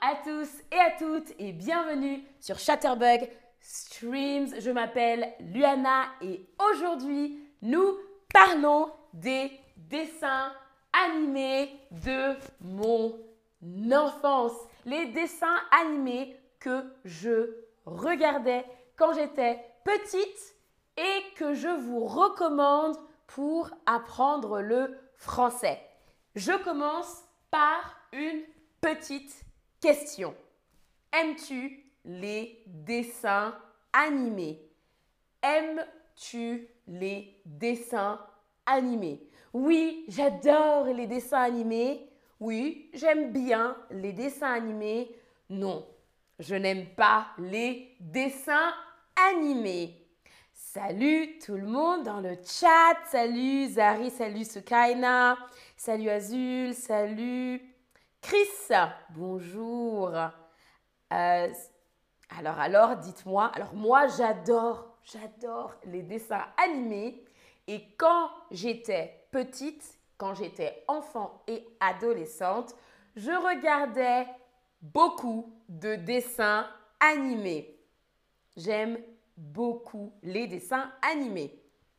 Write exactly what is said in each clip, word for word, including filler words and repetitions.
à tous et à toutes et bienvenue sur Chatterbug Streams. Je m'appelle Luana et aujourd'hui, nous parlons des dessins animés de mon enfance. Les dessins animés que je regardais quand j'étais petite et que je vous recommande pour apprendre le français. Je commence par une petite question. Aimes-tu les dessins animés? Aimes-tu les dessins animés? Oui, j'adore les dessins animés. Oui, j'aime bien les dessins animés. Non, je n'aime pas les dessins animés. Salut tout le monde dans le chat. Salut Zari, salut Sukaina, salut Azul, salut Chris. Bonjour. Euh, alors, alors, dites-moi. Alors, moi, j'adore, j'adore les dessins animés. Et quand j'étais petite, quand j'étais enfant et adolescente, je regardais beaucoup de dessins animés. J'aime beaucoup les dessins animés.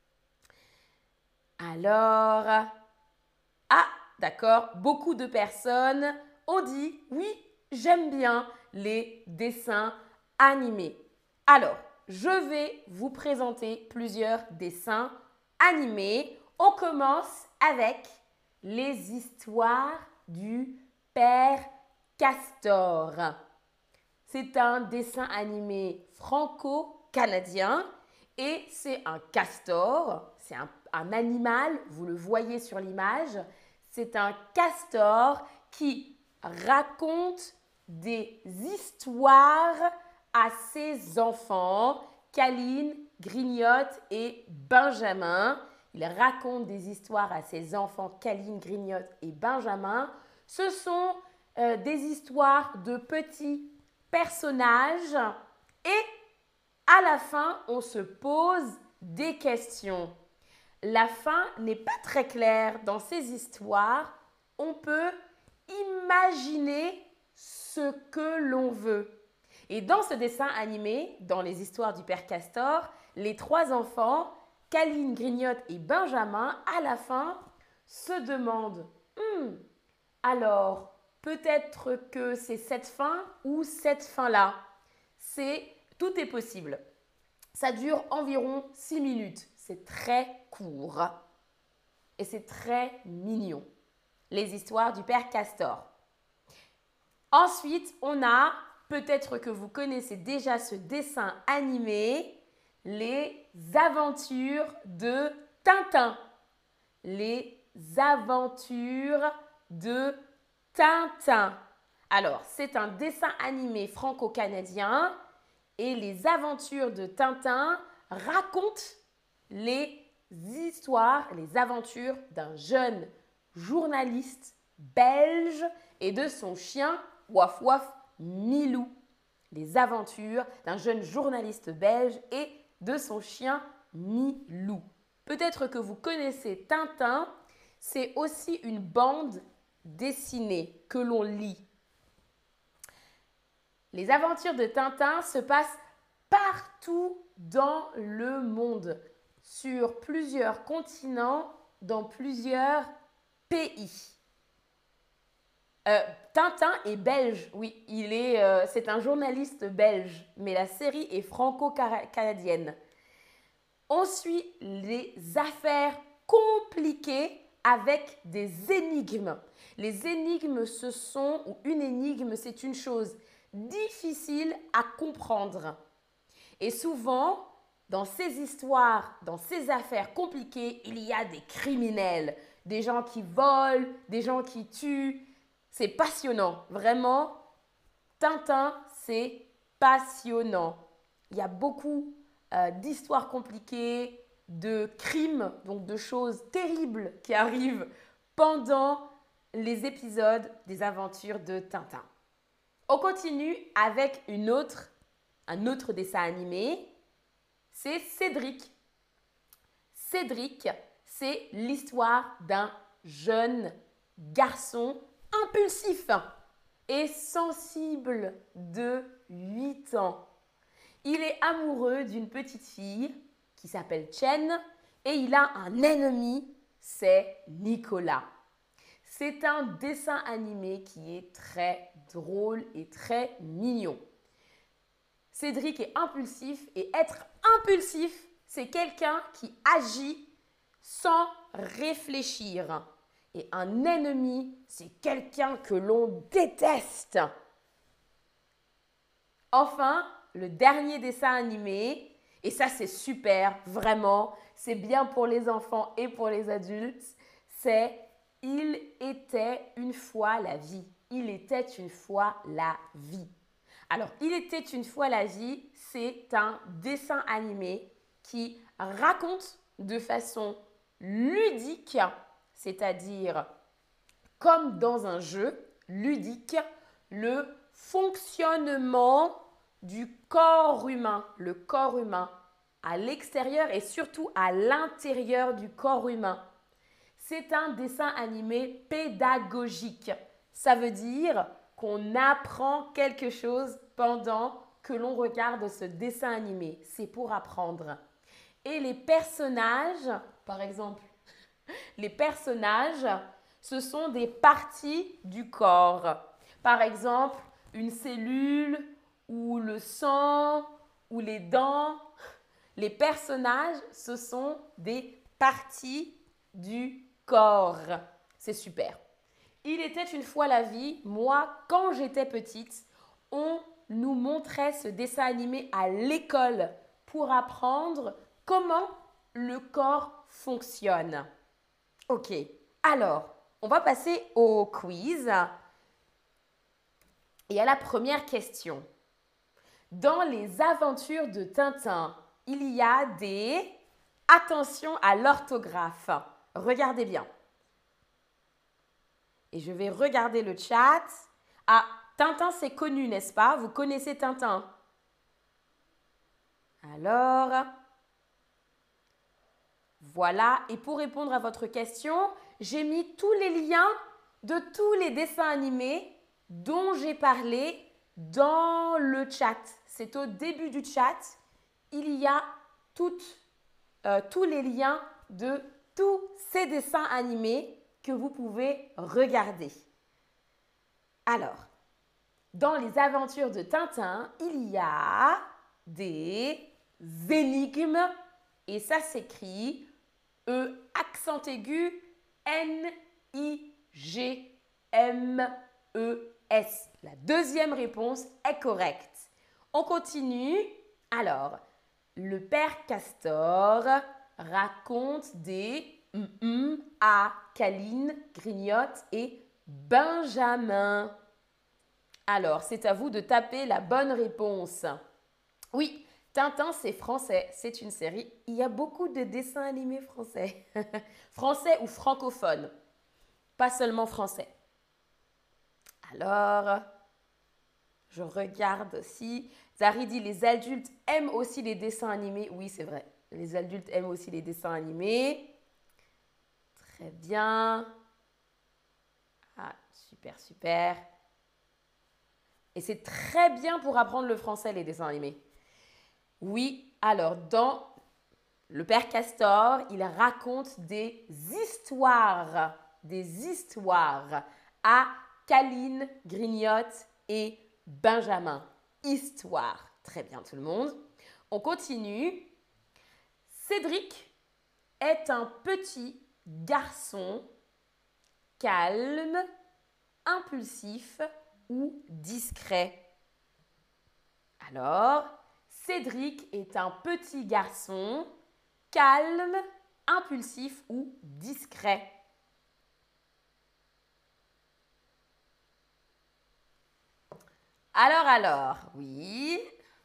Alors, ah, d'accord, beaucoup de personnes ont dit oui, j'aime bien les dessins animés. Alors, je vais vous présenter plusieurs dessins animés. On commence avec les histoires du Père Castor. C'est un dessin animé franco-canadien et c'est un castor, c'est un, un animal, vous le voyez sur l'image, c'est un castor qui raconte des histoires à ses enfants, Caline, Grignotte et Benjamin. Il raconte des histoires à ses enfants, Caline, Grignotte et Benjamin. Ce sont euh, des histoires de petits personnages et à la fin, on se pose des questions. La fin n'est pas très claire dans ces histoires. On peut imaginer ce que l'on veut. Et dans ce dessin animé, dans les histoires du Père Castor, les trois enfants, Caline, Grignotte et Benjamin, à la fin, se demandent hmm, alors, peut-être que c'est cette fin ou cette fin-là. C'est, tout est possible. Ça dure environ six minutes. C'est très court. Et c'est très mignon. Les histoires du Père Castor. Ensuite, on a, peut-être que vous connaissez déjà ce dessin animé, les aventures de Tintin. Les aventures de Tintin. Alors, c'est un dessin animé franco-canadien et les aventures de Tintin racontent les histoires, les aventures d'un jeune journaliste belge et de son chien Waf Waf Milou. Les aventures d'un jeune journaliste belge et de son chien Milou. Peut-être que vous connaissez Tintin, c'est aussi une bande dessinée que l'on lit. Les aventures de Tintin se passent partout dans le monde, sur plusieurs continents, dans plusieurs pays. Euh, Tintin est belge, oui, il est, euh, c'est un journaliste belge, mais la série est franco-canadienne. On suit les affaires compliquées avec des énigmes. Les énigmes, ce sont, ou une énigme, c'est une chose difficile à comprendre. Et souvent, dans ces histoires, dans ces affaires compliquées, il y a des criminels, des gens qui volent, des gens qui tuent. C'est passionnant, vraiment. Tintin, c'est passionnant. Il y a beaucoup euh, d'histoires compliquées, de crimes, donc de choses terribles qui arrivent pendant les épisodes des aventures de Tintin. On continue avec une autre, un autre dessin animé, c'est Cédric. Cédric, c'est l'histoire d'un jeune garçon impulsif. est sensible de huit ans. Il est amoureux d'une petite fille qui s'appelle Chen et il a un ennemi, c'est Nicolas. C'est un dessin animé qui est très drôle et très mignon. Cédric est impulsif et être impulsif, c'est quelqu'un qui agit sans réfléchir. Et un ennemi, c'est quelqu'un que l'on déteste. Enfin, le dernier dessin animé, et ça c'est super, vraiment, c'est bien pour les enfants et pour les adultes, c'est « Il était une fois la vie ». Il était une fois la vie. Alors, « Il était une fois la vie », c'est un dessin animé qui raconte de façon ludique, c'est-à-dire comme dans un jeu ludique, le fonctionnement du corps humain, le corps humain à l'extérieur et surtout à l'intérieur du corps humain. C'est un dessin animé pédagogique. Ça veut dire qu'on apprend quelque chose pendant que l'on regarde ce dessin animé. C'est pour apprendre. Et les personnages, par exemple, les personnages, ce sont des parties du corps. Par exemple, une cellule ou le sang ou les dents. Les personnages, ce sont des parties du corps. C'est super. Il était une fois la vie, moi, quand j'étais petite, on nous montrait ce dessin animé à l'école pour apprendre comment le corps fonctionne. Ok, alors, on va passer au quiz et à la première question. Dans les aventures de Tintin, il y a des… Attention à l'orthographe. Regardez bien. Et je vais regarder le chat. Ah, Tintin, c'est connu, n'est-ce pas? Vous connaissez Tintin? Alors, voilà. Et pour répondre à votre question, j'ai mis tous les liens de tous les dessins animés dont j'ai parlé dans le chat. C'est au début du chat. Il y a toutes, euh, tous les liens de tous ces dessins animés que vous pouvez regarder. Alors, dans les aventures de Tintin, il y a des énigmes et ça s'écrit E accent aigu N I G M E S. La deuxième réponse est correcte. On continue. Alors, le père Castor raconte des hum hum à Caline, Grignotte et Benjamin. Alors, c'est à vous de taper la bonne réponse. Oui, Tintin, c'est français. C'est une série. Il y a beaucoup de dessins animés français. Français ou francophones. Pas seulement français. Alors, je regarde aussi. Zari dit les adultes aiment aussi les dessins animés. Oui, c'est vrai. Les adultes aiment aussi les dessins animés. Très bien. Ah, super, super. Et c'est très bien pour apprendre le français, les dessins animés. Oui, alors dans Le Père Castor, il raconte des histoires, des histoires à Caline, Grignotte et Benjamin. Histoire. Très bien tout le monde. On continue. Cédric est un petit garçon calme, impulsif ou discret. Alors, Cédric est un petit garçon calme, impulsif ou discret. Alors, alors, oui.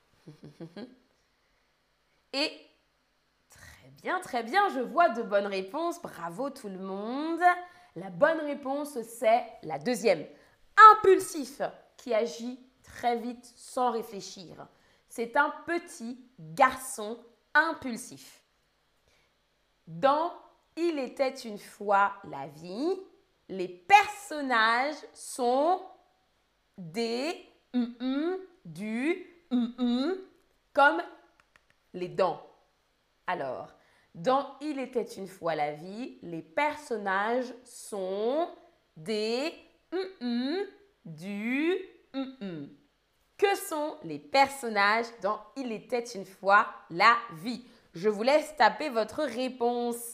Et très bien, très bien, je vois de bonnes réponses. Bravo tout le monde. La bonne réponse, c'est la deuxième. Impulsif, qui agit très vite sans réfléchir. C'est un petit garçon impulsif. Dans Il était une fois la vie, les personnages sont des, hum, hum, du, hum, hum, comme les dents. Alors, dans Il était une fois la vie, les personnages sont des, hum, hum, du, hum, hum. Que sont les personnages dans Il était une fois la vie? Je vous laisse taper votre réponse.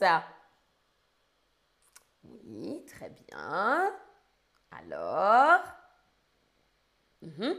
Oui, très bien. Alors, mmh.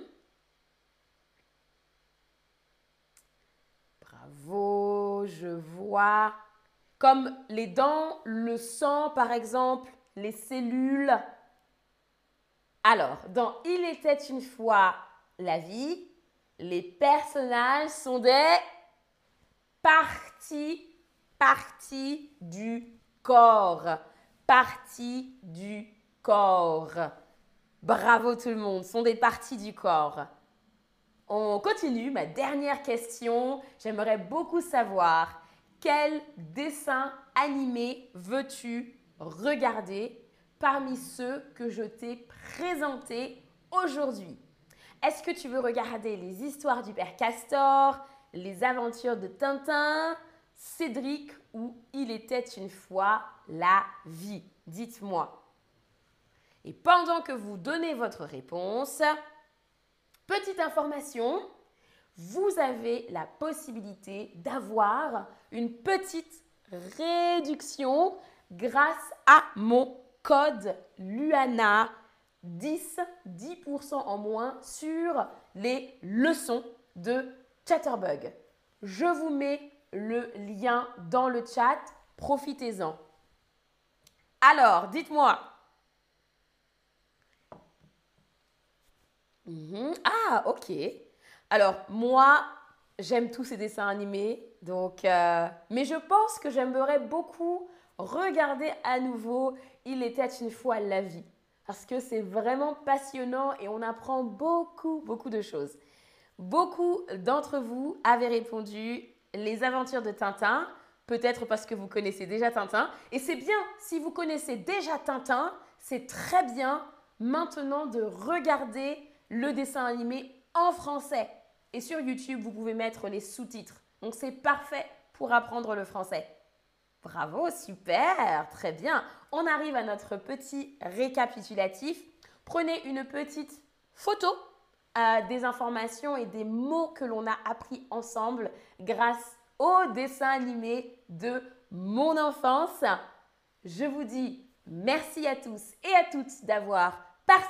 Bravo, je vois. Comme les dents, le sang, par exemple, les cellules. Alors, dans Il était une fois la vie, les personnages sont des parties, parties du corps. Parties du corps. Bravo tout le monde, ce sont des parties du corps. On continue, ma dernière question. J'aimerais beaucoup savoir quel dessin animé veux-tu regarder parmi ceux que je t'ai présentés aujourd'hui? Est-ce que tu veux regarder les histoires du Père Castor, les aventures de Tintin, Cédric ou Il était une fois la vie? Dites-moi. Et pendant que vous donnez votre réponse, petite information, vous avez la possibilité d'avoir une petite réduction grâce à mon code Luana dix, dix pour cent en moins sur les leçons de Chatterbug. Je vous mets le lien dans le chat, profitez-en. Alors, dites-moi. Mmh. Ah, ok. Alors, moi, j'aime tous ces dessins animés, donc, euh, mais je pense que j'aimerais beaucoup regarder à nouveau Il était une fois la vie, parce que c'est vraiment passionnant et on apprend beaucoup, beaucoup de choses. Beaucoup d'entre vous avaient répondu Les aventures de Tintin, peut-être parce que vous connaissez déjà Tintin. Et c'est bien, si vous connaissez déjà Tintin, c'est très bien maintenant de regarder le dessin animé en français. Et sur YouTube, vous pouvez mettre les sous-titres. Donc, c'est parfait pour apprendre le français. Bravo, super, très bien. On arrive à notre petit récapitulatif. Prenez une petite photo euh, des informations et des mots que l'on a appris ensemble grâce au dessin animé de mon enfance. Je vous dis merci à tous et à toutes d'avoir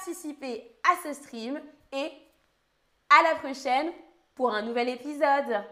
participé à ce stream et à la prochaine pour un nouvel épisode.